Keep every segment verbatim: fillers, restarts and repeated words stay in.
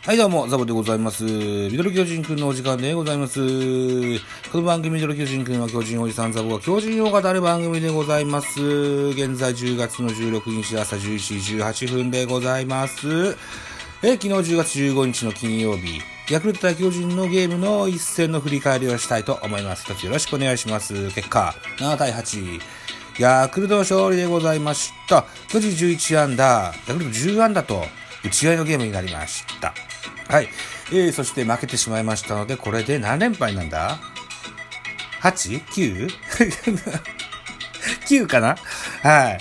はいどうも、ザボでございます。ミドル巨人くんのお時間でございます。この番組ミドル巨人くんは巨人おじさんザボが巨人を語る番組でございます。現在じゅうがつのじゅうろくにち朝じゅういちじじゅうはっぷんでございます。え昨日じゅうがつじゅうごにちの金曜日、ヤクルト対巨人のゲームの一戦の振り返りをしたいと思います。一つよろしくお願いします。結果、ななたいはち。ヤクルト勝利でございました。巨人じゅういちあんだ、ヤクルトじゅうあんだと、打ち合いのゲームになりました。はい、えー、そして負けてしまいましたので、これで何連敗なんだ ?はち?きゅう? きゅうかな。はい。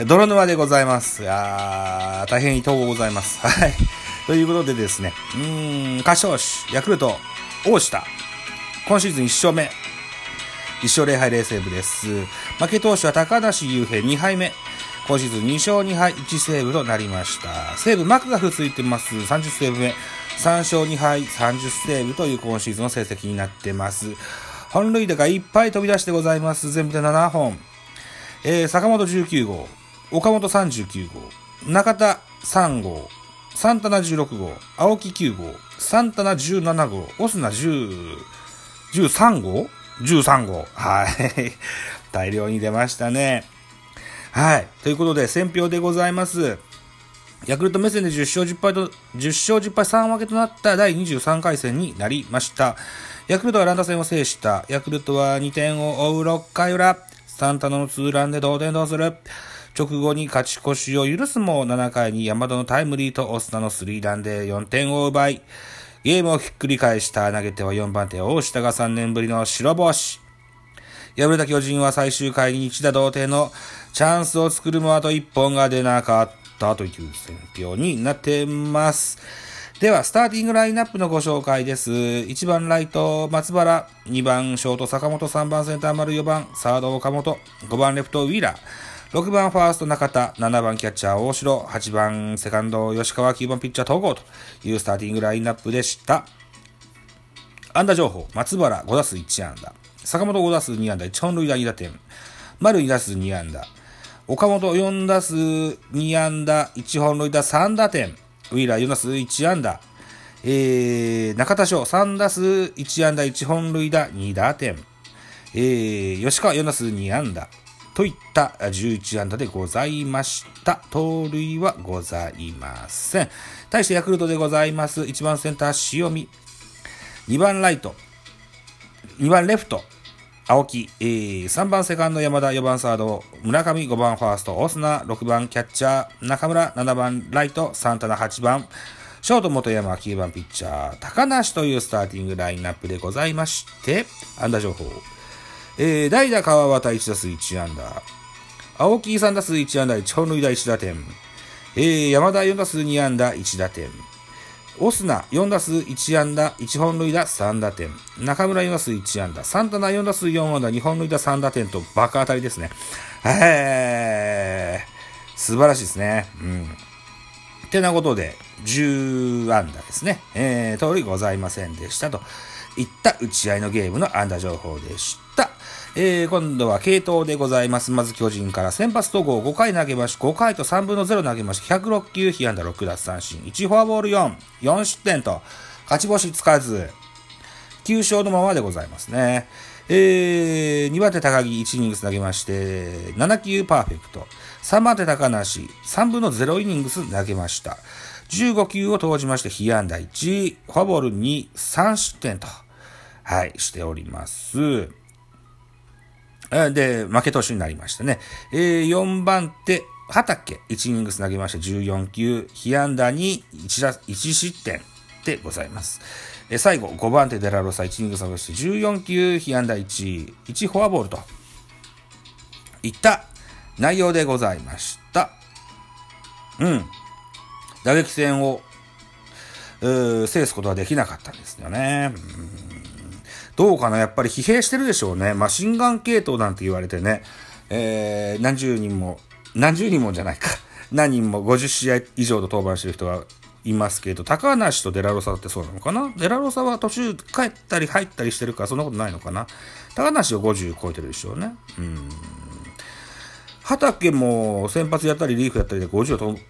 泥沼でございます。あー、大変伊藤ございます。はい。ということでですね、うーん、勝ち投手、ヤクルト、大下。今シーズンいち勝目。いち勝ぜろはいぜろセーブです。負け投手は高梨雄平にはいめ。今シーズンに勝に敗いちセーブとなりました。セーブマクガフついてます。さんじゅうセーブ目。さん勝に敗さんじゅうセーブという今シーズンの成績になってます。本塁打がいっぱい飛び出してございます。全部でななほん。えー、坂本じゅうきゅうごう、岡本さんじゅうきゅうごう、中田さんごう、サンタナじゅうろくごう、青木きゅうごう、サンタナじゅうななごう、オスナじゅう、じゅうさんごう ?じゅうさん 号。はい。大量に出ましたね。はい。ということで、選票でございます。ヤクルト目線でじゅっ勝じゅっ敗と、じゅっ勝じゅっ敗さん分けとなっただいにじゅうさんかい戦になりました。ヤクルトは乱打戦を制した。ヤクルトはにてんを追うろっかい裏。サンタナのツーランで同点とする。直後に勝ち越しを許すもななかいに山田のタイムリーとオスナのスリーランでよんてんを奪い、ゲームをひっくり返した投げてはよんばんて大下がさんねんぶりの白星。敗れた巨人は最終回に一打同点のチャンスを作るもあといっぽんが出なかったという選評になってます。ではスターティングラインナップのご紹介です。いちばんライト松原、にばんショート坂本、さんばんセンター丸、よばんサード岡本、ごばんレフトウィーラー、ろくばんファースト中田、ななばんキャッチャー大城、はちばんセカンド吉川、きゅうばんピッチャー東郷というスターティングラインナップでした。安打情報、松原ごだすういちあんだ、坂本ごだすうにあんだいちほんるいだにだてん、丸にだすうにあんだ、岡本よんだすうにあんだいちほんるいださんだてん、ウィーラーよんだすういちあんだ、えー、中田翔さんだすういちあんだいちほんるいだにだてん、えー、吉川よんだすうにあんだといったじゅういちあんだでございました。盗塁はございません。対してヤクルトでございます。いちばんセンター塩見、にばんライト、にばんレフト青木、えー、さんばんセカンド山田、よばんサード村上、ごばんファーストオスナ、ろくばんキャッチャー中村、ななばんライトサンタナ、はちばんショート本山、きゅうばんピッチャー高梨というスターティングラインナップでございまして、安打情報、えー、代打川端いちだすういちあんだ、青木さんだすういちあんだいちほんるいだいちだてん、えー、山田よんだすうにあんだいちだてん、オスナよんだすういちあんだいちほんるいださんだてん、中村よんだすういちあんだ、サンタナよんだすうよんあんだにほんるいださんだてんと爆当たりですね。へー、素晴らしいですね。うん。てなことでじゅうあんだですね。えー、通りございませんでしたといった打ち合いのゲームの安打情報でした。えー、今度は継投でございます。まず巨人から先発戸郷ごかい投げまし、ごかいとさんぶんのゼロ投げまして、ひゃくろっきゅう、被安打ろく奪三振、いちフォアボールよん、よんしってんと、勝ち星つかず、きゅう勝のままでございますね。えー、にばん手高木いちイニングス投げまして、ななきゅうパーフェクト、さんばん手高梨、さんぶんのゼロイニングス投げました。じゅうごきゅうを投じまして、被安打いち、フォアボールに、さんしってんと、はい、しております。で、負け投手になりましたね。えー、よんばん手、畠いちイニングス投げましてじゅうよんきゅう、被安打に 1, いち失点でございます。えー、最後、ごばん手デラロサいちイニングス投げましてじゅうよんきゅう、被安打いち、いちフォアボールといった内容でございました。うん。打撃戦を、制すことはできなかったんですよね。うんどうかなやっぱり疲弊してるでしょうね。マシンガン系統なんて言われてね、えー、何十人も、何十人もじゃないか。何人もごじゅっしあい以上と登板してる人がいますけど、高梨とデラロサってそうなのかな。デラロサは途中帰ったり入ったりしてるからそんなことないのかな。高梨はごじゅう超えてるでしょうね。うん。畠も先発やったりリーフやったりでごじゅうを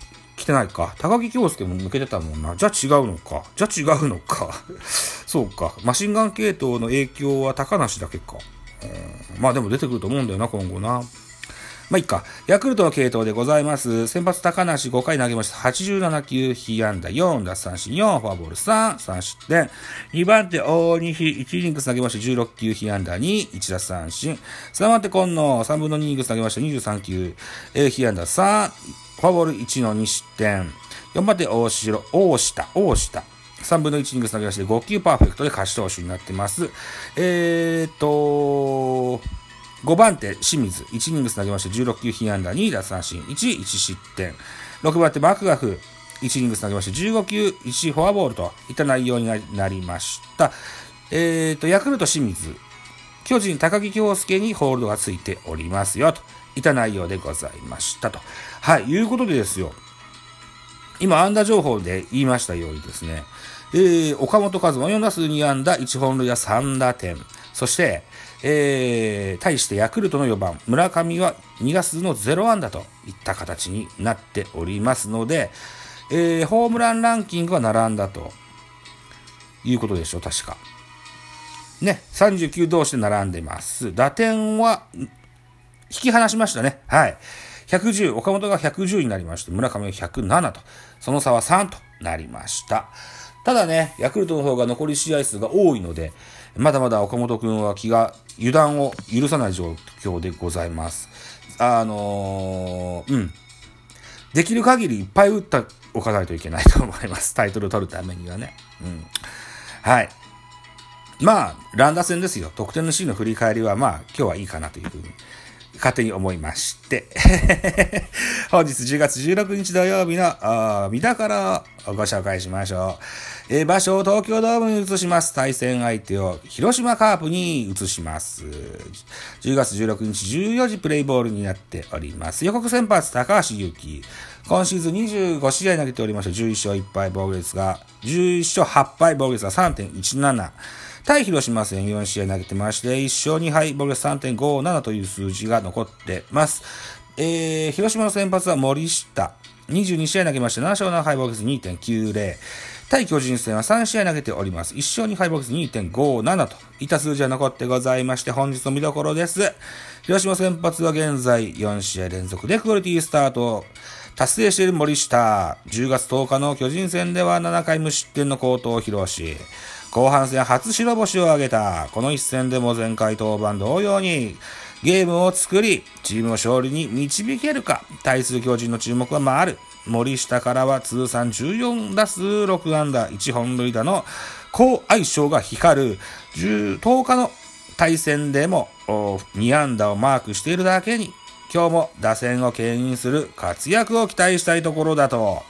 来てないか。高木京介も抜けてたもんな。じゃあ違うのか。じゃあ違うのか。そうか。マシンガン系統の影響は高梨だけか。うん、まあでも出てくると思うんだよな、今後な。まあいいか。ヤクルトの系統でございます。先発高梨ごかい投げました。はちじゅうなな球、被安打よん、奪三振よん、フォアボールさん、さん失点。にばん手大西、いちイニングス投げました。じゅうろく球、被安打に、いち奪三振。さんばん手今野、さんぶんのにイニングス投げました。にじゅうさん球、えー、被安打さん、フォアボールいちのに失点。よんばん手大城、大下、大下。さんぶんのいちイニングス投げましてご球パーフェクトで勝ち投手になってます。えーっと、ごばん手清水、いちイニングス投げましてじゅうろく球被安打に奪三振いち、いち失点。ろくばん手マクガフ、いちイニングス投げましてじゅうご球いちフォアボールといった内容になりました。えーと、ヤクルト清水、巨人高木京介にホールドがついておりますよといった内容でございましたと。はい、いうことでですよ。今、安打情報で言いましたようにですね、えー、岡本和真よん打数に安打いち本塁打さん打点。そして、えー、対してヤクルトのよばん、村上はに打数のゼロ安打といった形になっておりますので、えー、ホームランランキングは並んだということでしょう、確か。ね、さんじゅうきゅう同士で並んでます。打点は、引き離しましたね。はい。ひゃくじゅう、岡本がひゃくじゅうになりまして、村上がひゃくななと、その差はさんとなりました。ただね、ヤクルトの方が残り試合数が多いので、まだまだ岡本くんは気が、油断を許さない状況でございます。あのー、うん。できる限りいっぱい打っておかないといけないと思います。タイトルを取るためにはね。うん。はい。まあ、乱打戦ですよ。得点のシーンの振り返りは、まあ、今日はいいかなというふうに。勝手に思いまして本日じゅうがつじゅうろくにち土曜日の見どころをご紹介しましょう。えー、場所を東京ドームに移します。対戦相手を広島カープに移します。じゅうがつじゅうろくにちじゅうよじプレイボールになっております。予告先発高橋優貴、今シーズンにじゅうごしあい投げておりました。じゅういっしょういっぱい、防御率がじゅういっしょうはっぱい、防御率が さんてんいちなな。対広島戦よんしあい投げてまして、いっしょうにはい防御率 さんてんごなな という数字が残ってます。えー、広島の先発は森下。にじゅうにしあい投げまして、ななしょうななはい、防御率 にてんきゅうぜろ。対巨人戦はさんしあい投げております。いっしょうにはい、防御率 にてんごなな といった数字が残ってございまして、本日の見どころです。広島先発は現在よんしあい連続でクオリティスタート達成している森下。じゅうがつとおかの巨人戦ではななかい無失点の好投を披露し、後半戦初白星を挙げた。この一戦でも前回登板同様にゲームを作り、チームを勝利に導けるか。対する巨人の注目は丸。森下からは通算じゅうよん打数ろく安打いち本塁打の好相性が光るとおかの対戦でもに安打をマークしているだけに、今日も打線を牽引する活躍を期待したいところだと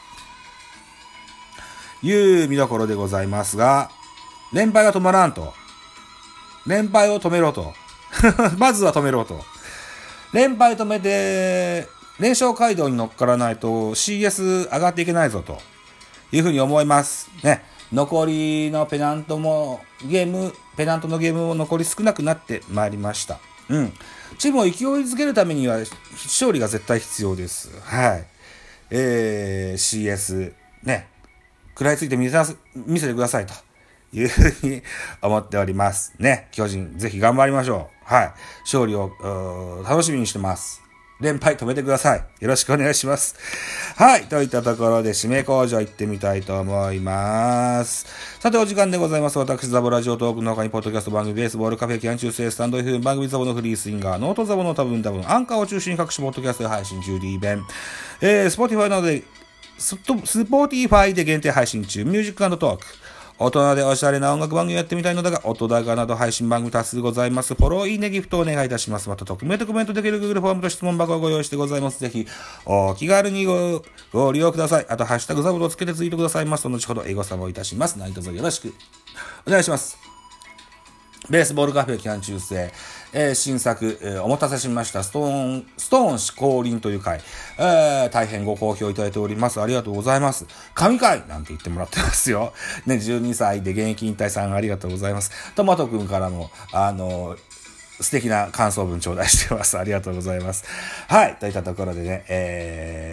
いう見どころでございますが、連敗が止まらんと。連敗を止めろと。まずは止めろと。連敗止めて、連勝街道に乗っからないと シーエス 上がっていけないぞというふうに思います。ね。残りのペナントも、ゲーム、ペナントのゲームも残り少なくなってまいりました。うん。チームを勢いづけるためには勝利が絶対必要です。はい。えー、シーエス、ね。食らいついて見せ、見せてくださいと。いうふうに思っておりますね。巨人ぜひ頑張りましょう。はい、勝利を楽しみにしてます。連敗止めてください。よろしくお願いします。はい、といったところで締め工場行ってみたいと思います。さてお時間でございます。私ザボラジオトークの他にポッドキャスト番組ベースボールカフェキャン中世スタンド エフエム 番組ザボのフリースインガーノートザボの多分多分アンカーを中心に各種ポッドキャストで配信中、リーベン、えー、Spotify などでスポティファイで限定配信中、ミュージック&トーク。大人でおしゃれな音楽番組やってみたいのだが、音高など配信番組多数ございます。フォロー、いいね、ギフトお願いいたします。また、匿名でコメントできる Google フォームと質問箱をご用意してございます。ぜひ、お気軽に ご, ご利用ください。あと、ハッシュタグザブロをつけてツイートくださいますと、後ほど英語サボいたします。何卒よろしくお願いします。ベースボールカフェ期間中世、えー、新作、えー、お待たせしましたストーンストーン思考輪という回、えー、大変ご好評いただいております。ありがとうございます。神回なんて言ってもらってますよね。じゅうにさいで現役引退さんありがとうございます。トマトくんからもあの素敵な感想文頂戴してます。ありがとうございます。はい、といったところでね、えー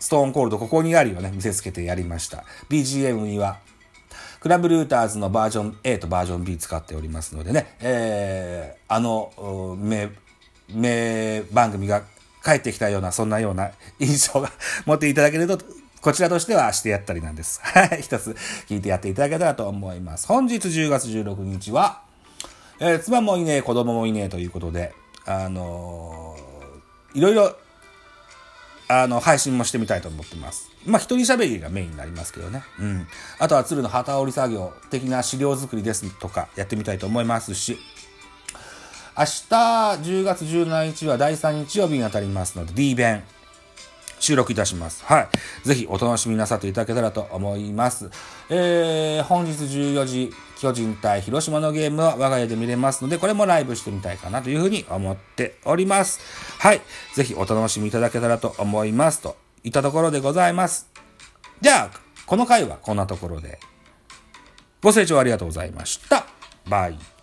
ストーンコールドここにあるよね、見せつけてやりました。ビージーエム には、クラブルーターズのバージョン A とバージョン B 使っておりますのでね、えー、あの、名、名番組が帰ってきたような、そんなような印象が持っていただけると、こちらとしてはしてやったりなんです。はい。一つ聞いてやっていただけたらと思います。本日じゅうがつじゅうろくにちは、えー、妻もいねえ、子供もいねえということで、あのー、いろいろ、あの、配信もしてみたいと思ってます。まあ、一人喋りがメインになりますけどね。うん。あとは鶴の旗織り作業的な資料作りですとかやってみたいと思いますし、明日じゅうがつじゅうしちにちはだいさん日曜日にあたりますので D 弁収録いたします。はい。ぜひお楽しみなさっていただけたらと思います。えー、本日じゅうよじ、巨人対広島のゲームは我が家で見れますので、これもライブしてみたいかなというふうに思っております。はい。ぜひお楽しみいただけたらと思います。といったところでございます。じゃあ、この回はこんなところで。ご清聴ありがとうございました。バイ。